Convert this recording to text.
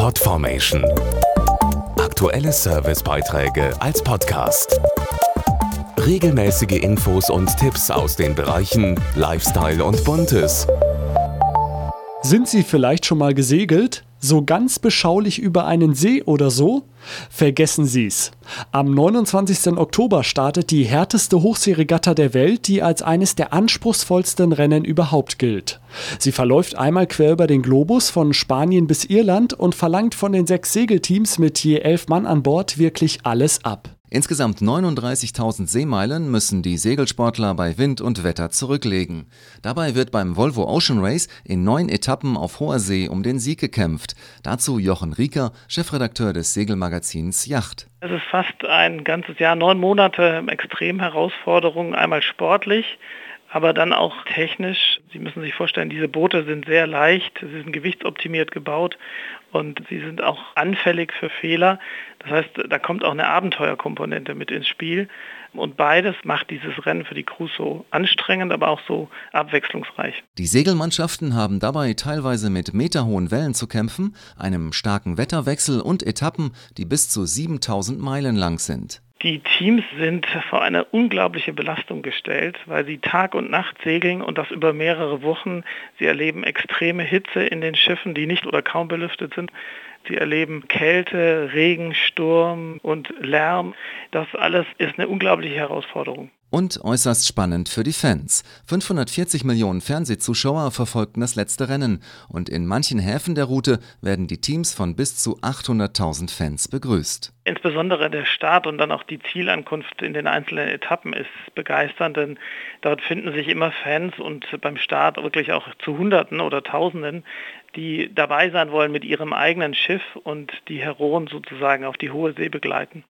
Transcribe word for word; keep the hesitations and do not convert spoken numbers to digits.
Podformation. Aktuelle Servicebeiträge als Podcast. Regelmäßige Infos und Tipps aus den Bereichen Lifestyle und Buntes. Sind Sie vielleicht schon mal gesegelt? So ganz beschaulich über einen See oder so? Vergessen Sie's. Am neunundzwanzigsten Oktober startet die härteste Hochseeregatta der Welt, die als eines der anspruchsvollsten Rennen überhaupt gilt. Sie verläuft einmal quer über den Globus von Spanien bis Irland und verlangt von den sechs Segelteams mit je elf Mann an Bord wirklich alles ab. Insgesamt neununddreißigtausend Seemeilen müssen die Segelsportler bei Wind und Wetter zurücklegen. Dabei wird beim Volvo Ocean Race in neun Etappen auf hoher See um den Sieg gekämpft. Dazu Jochen Rieker, Chefredakteur des Segelmagazins Yacht. Es ist fast ein ganzes Jahr, neun Monate Extremherausforderungen, einmal sportlich, aber dann auch technisch. Sie müssen sich vorstellen, diese Boote sind sehr leicht, sie sind gewichtsoptimiert gebaut und sie sind auch anfällig für Fehler. Das heißt, da kommt auch eine Abenteuerkomponente mit ins Spiel. Und beides macht dieses Rennen für die Crews so anstrengend, aber auch so abwechslungsreich. Die Segelmannschaften haben dabei teilweise mit meterhohen Wellen zu kämpfen, einem starken Wetterwechsel und Etappen, die bis zu siebentausend Meilen lang sind. Die Teams sind vor eine unglaubliche Belastung gestellt, weil sie Tag und Nacht segeln und das über mehrere Wochen. Sie erleben extreme Hitze in den Schiffen, die nicht oder kaum belüftet sind. Sie erleben Kälte, Regen, Sturm und Lärm. Das alles ist eine unglaubliche Herausforderung. Und äußerst spannend für die Fans. fünfhundertvierzig Millionen Fernsehzuschauer verfolgten das letzte Rennen. Und in manchen Häfen der Route werden die Teams von bis zu achthunderttausend Fans begrüßt. Insbesondere der Start und dann auch die Zielankunft in den einzelnen Etappen ist begeisternd, denn dort finden sich immer Fans und beim Start wirklich auch zu Hunderten oder Tausenden, die dabei sein wollen mit ihrem eigenen Schiff und die Heroen sozusagen auf die hohe See begleiten.